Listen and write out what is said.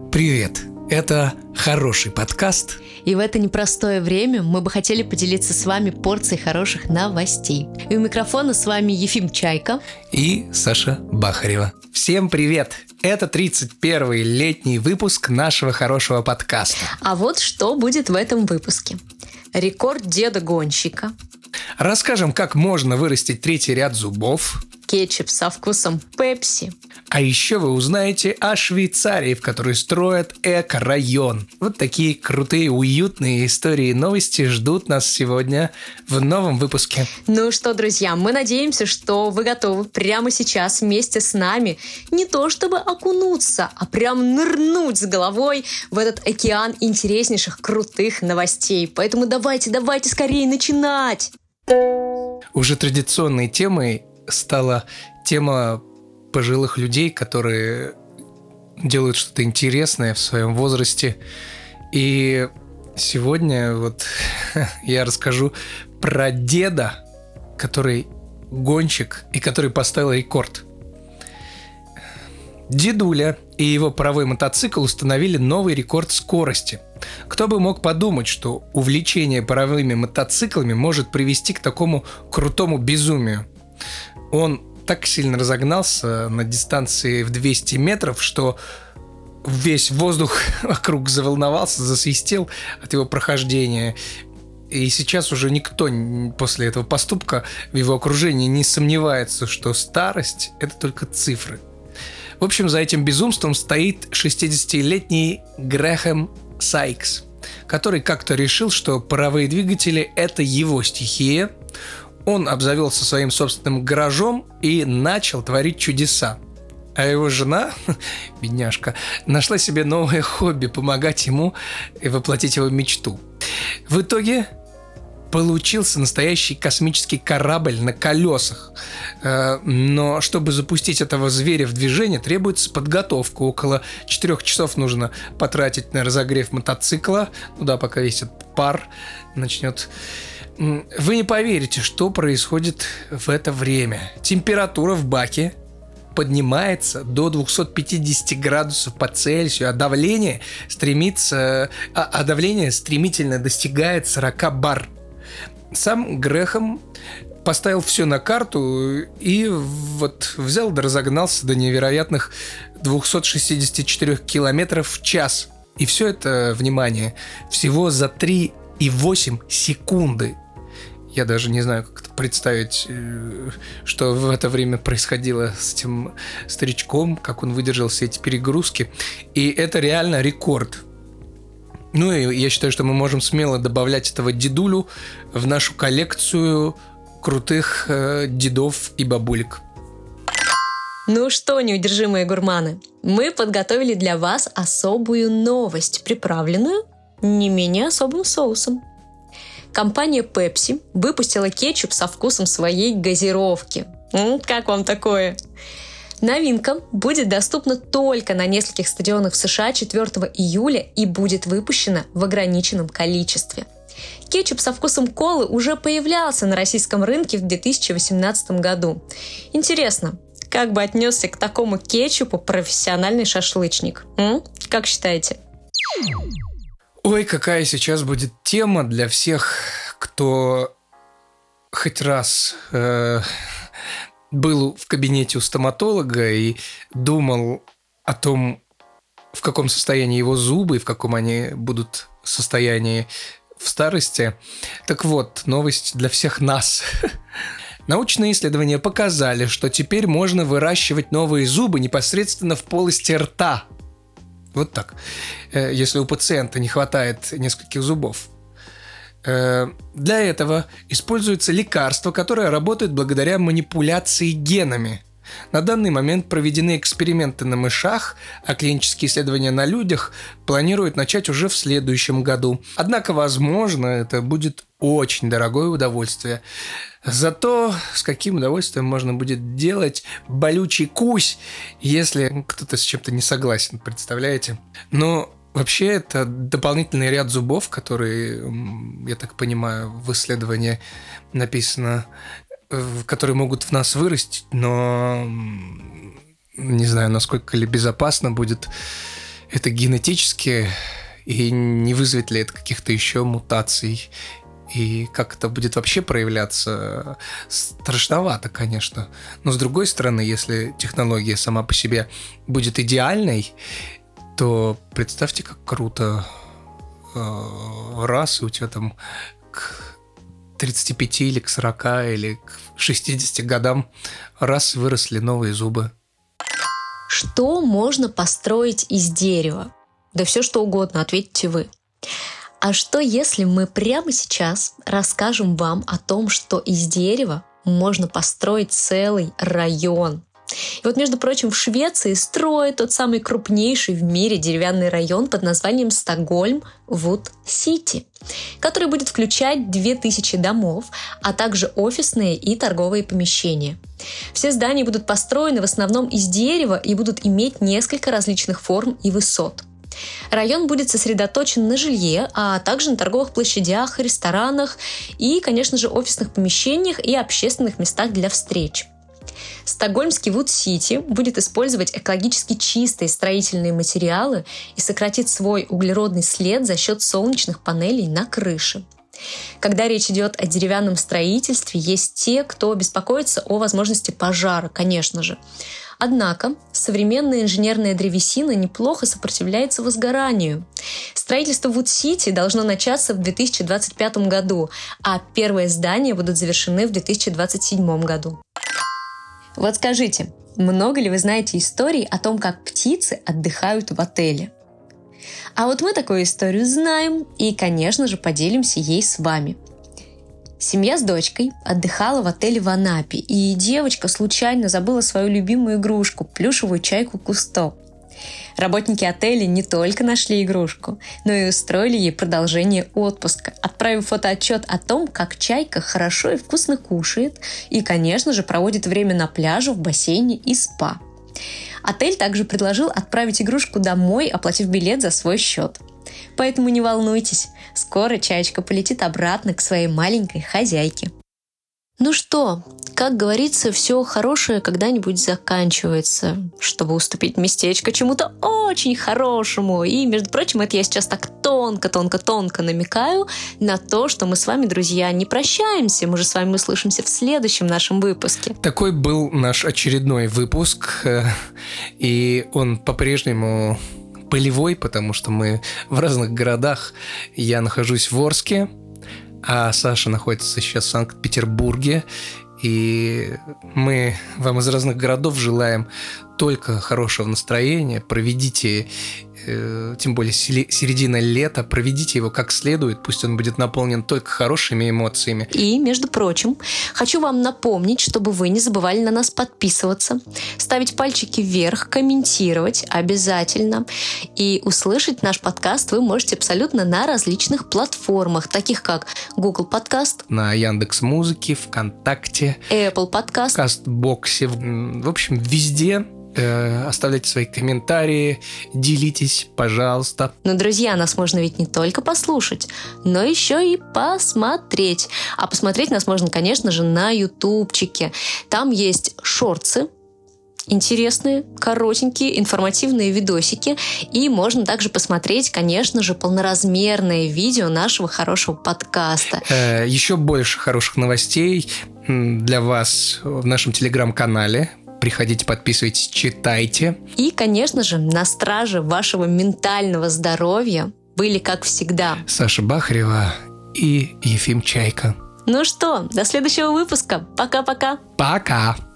Привет! Это хороший подкаст. И в это непростое время мы бы хотели поделиться с вами порцией хороших новостей. И у микрофона с вами Ефим Чайка и Саша Бахарева. Всем привет! Это 31-й летний выпуск нашего хорошего подкаста. А вот что будет в этом выпуске. Рекорд деда-гонщика. Расскажем, как можно вырастить третий ряд зубов. Кетчуп со вкусом пепси. А еще вы узнаете о Швейцарии, в которой строят эко-район. Вот такие крутые, уютные истории и новости ждут нас сегодня в новом выпуске. Ну что, друзья, мы надеемся, что вы готовы прямо сейчас вместе с нами не то чтобы окунуться, а прям нырнуть с головой в этот океан интереснейших, крутых новостей. Поэтому давайте скорее начинать! Уже традиционной темой стала тема пожилых людей, которые делают что-то интересное в своем возрасте. И сегодня вот я расскажу про деда, который гонщик и который поставил рекорд. Дедуля и его паровой мотоцикл установили новый рекорд скорости. Кто бы мог подумать, что увлечение паровыми мотоциклами может привести к такому крутому безумию. Он так сильно разогнался на дистанции в 200 метров, что весь воздух вокруг заволновался, засвистел от его прохождения. И сейчас уже никто после этого поступка в его окружении не сомневается, что старость – это только цифры. В общем, за этим безумством стоит 60-летний Грэхэм Сайкс, который как-то решил, что паровые двигатели – это его стихия. Он обзавелся своим собственным гаражом и начал творить чудеса. А его жена, бедняжка, нашла себе новое хобби – помогать ему воплотить его мечту. В итоге получился настоящий космический корабль на колесах. Но чтобы запустить этого зверя в движение, требуется подготовка. Около 4 часов нужно потратить на разогрев мотоцикла, пока весь этот пар начнет. Вы не поверите, что происходит в это время. Температура в баке поднимается до 250 градусов по Цельсию, а давление стремительно достигает 40 бар. Сам Грэхэм поставил все на карту и вот взял да разогнался до невероятных 264 километров в час. И все это, внимание, всего за 3,8 секунды. Я даже не знаю, как это представить, что в это время происходило с этим старичком, как он выдержал все эти перегрузки. И это реально рекорд. Ну и я считаю, что мы можем смело добавлять этого дедулю в нашу коллекцию крутых дедов и бабулек. Ну что, неудержимые гурманы, мы подготовили для вас особую новость, приправленную не менее особым соусом. Компания Pepsi выпустила кетчуп со вкусом своей газировки. Как вам такое? Новинка будет доступна только на нескольких стадионах в США 4 июля и будет выпущена в ограниченном количестве. Кетчуп со вкусом колы уже появлялся на российском рынке в 2018 году. Интересно, как бы отнесся к такому кетчупу профессиональный шашлычник? Как считаете? Ой, какая сейчас будет тема для всех, кто хоть раз был в кабинете у стоматолога и думал о том, в каком состоянии его зубы и в каком они будут состоянии в старости. Так вот, новость для всех нас. Научные исследования показали, что теперь можно выращивать новые зубы непосредственно в полости рта. Вот так. Если у пациента не хватает нескольких зубов. Для этого используется лекарство, которое работает благодаря манипуляции генами. На данный момент проведены эксперименты на мышах, а клинические исследования на людях планируют начать уже в следующем году. Однако, возможно, это будет очень дорогое удовольствие. Зато с каким удовольствием можно будет делать болючий кусь, если кто-то с чем-то не согласен, представляете? Но вообще это дополнительный ряд зубов, которые, я так понимаю, в исследовании написано, которые могут в нас вырасти, но не знаю, насколько ли безопасно будет это генетически, и не вызовет ли это каких-то еще мутаций, и как это будет вообще проявляться, страшновато, конечно. Но с другой стороны, если технология сама по себе будет идеальной, то представьте, как круто, раз, и у тебя там к 35 или к 40 или к 60 годам раз выросли новые зубы. Что можно построить из дерева? Да все что угодно, ответите вы. А что если мы прямо сейчас расскажем вам о том, что из дерева можно построить целый район? И вот, между прочим, в Швеции строят тот самый крупнейший в мире деревянный район под названием Стокгольм-Вуд-Сити, который будет включать 2000 домов, а также офисные и торговые помещения. Все здания будут построены в основном из дерева и будут иметь несколько различных форм и высот. Район будет сосредоточен на жилье, а также на торговых площадях, ресторанах и, конечно же, офисных помещениях и общественных местах для встреч. Стокгольмский Вуд-Сити будет использовать экологически чистые строительные материалы и сократит свой углеродный след за счет солнечных панелей на крыше. Когда речь идет о деревянном строительстве, есть те, кто беспокоится о возможности пожара, конечно же. Однако современная инженерная древесина неплохо сопротивляется возгоранию. Строительство Вуд-Сити должно начаться в 2025 году, а первые здания будут завершены в 2027 году. Вот скажите, много ли вы знаете историй о том, как птицы отдыхают в отеле? А вот мы такую историю знаем и, конечно же, поделимся ей с вами. Семья с дочкой отдыхала в отеле в Анапе, и девочка случайно забыла свою любимую игрушку – плюшевую чайку Кусто. Работники отеля не только нашли игрушку, но и устроили ей продолжение отпуска, отправив фотоотчет о том, как чайка хорошо и вкусно кушает и, конечно же, проводит время на пляже, в бассейне и спа. Отель также предложил отправить игрушку домой, оплатив билет за свой счет. Поэтому не волнуйтесь, скоро чаечка полетит обратно к своей маленькой хозяйке. Ну что, как говорится, все хорошее когда-нибудь заканчивается, чтобы уступить местечко чему-то очень хорошему. И, между прочим, это я сейчас так тонко намекаю на то, что мы с вами, друзья, не прощаемся. Мы же с вами услышимся в следующем нашем выпуске. Такой был наш очередной выпуск, и он по-прежнему полевой, потому что мы в разных городах. Я нахожусь в Орске, а Саша находится сейчас в Санкт-Петербурге. И мы вам из разных городов желаем только хорошего настроения. Проведите, тем более середина лета, проведите его как следует. Пусть он будет наполнен только хорошими эмоциями. И, между прочим, хочу вам напомнить, чтобы вы не забывали на нас подписываться, ставить пальчики вверх, комментировать обязательно. И услышать наш подкаст вы можете абсолютно на различных платформах, таких как Google Подкаст, на Яндекс.Музыке, ВКонтакте, Apple Подкаст, Кастбоксе, в общем, везде. Оставляйте свои комментарии, делитесь, пожалуйста. Но, друзья, нас можно ведь не только послушать, но еще и посмотреть. А посмотреть нас можно, конечно же, на ютубчике. Там есть шортсы, интересные, коротенькие, информативные видосики. И можно также посмотреть, конечно же, полноразмерное видео нашего хорошего подкаста. Еще больше хороших новостей для вас в нашем телеграм-канале. Приходите, подписывайтесь, читайте. И, конечно же, на страже вашего ментального здоровья были, как всегда, Саша Бахарева и Ефим Чайка. Ну что, до следующего выпуска. Пока-пока. Пока.